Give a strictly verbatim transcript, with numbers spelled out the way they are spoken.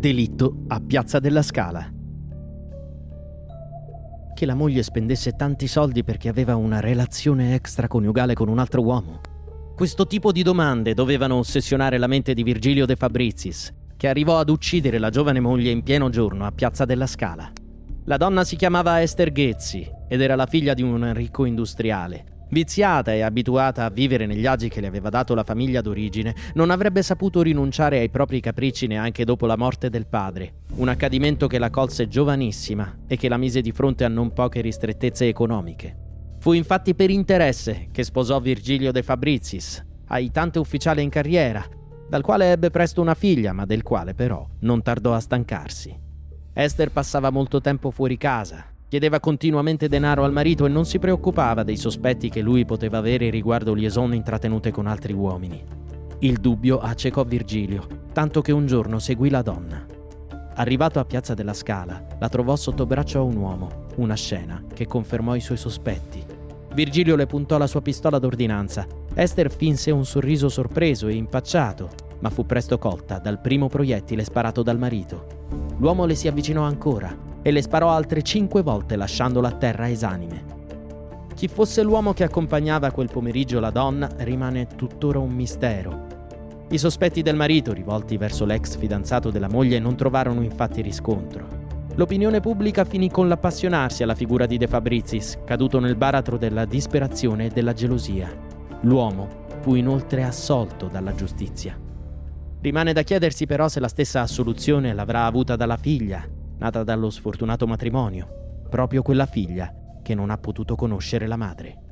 Delitto a Piazza della Scala. Che la moglie spendesse tanti soldi perché aveva una relazione extraconiugale con un altro uomo. Questo tipo di domande dovevano ossessionare la mente di Virgilio De Fabrizis, che arrivò ad uccidere la giovane moglie in pieno giorno a Piazza della Scala. La donna si chiamava Esther Ghezzi ed era la figlia di un ricco industriale. Viziata e abituata a vivere negli agi che le aveva dato la famiglia d'origine, non avrebbe saputo rinunciare ai propri capricci neanche dopo la morte del padre, un accadimento che la colse giovanissima e che la mise di fronte a non poche ristrettezze economiche. Fu infatti per interesse che sposò Virgilio De Fabrizis, aitante ufficiale in carriera, dal quale ebbe presto una figlia, ma del quale però non tardò a stancarsi. Esther passava molto tempo fuori casa, chiedeva continuamente denaro al marito e non si preoccupava dei sospetti che lui poteva avere riguardo liaison intrattenute con altri uomini. Il dubbio accecò Virgilio, tanto che un giorno seguì la donna. Arrivato a Piazza della Scala, la trovò sotto braccio a un uomo, una scena che confermò i suoi sospetti. Virgilio le puntò la sua pistola d'ordinanza. Esther finse un sorriso sorpreso e impacciato, ma fu presto colta dal primo proiettile sparato dal marito. L'uomo le si avvicinò ancora e le sparò altre cinque volte lasciandola a terra esanime. Chi fosse l'uomo che accompagnava quel pomeriggio la donna rimane tuttora un mistero. I sospetti del marito rivolti verso l'ex fidanzato della moglie non trovarono infatti riscontro. L'opinione pubblica finì con l'appassionarsi alla figura di De Fabrizis, caduto nel baratro della disperazione e della gelosia. L'uomo fu inoltre assolto dalla giustizia. Rimane da chiedersi però se la stessa assoluzione l'avrà avuta dalla figlia, nata dallo sfortunato matrimonio, proprio quella figlia che non ha potuto conoscere la madre.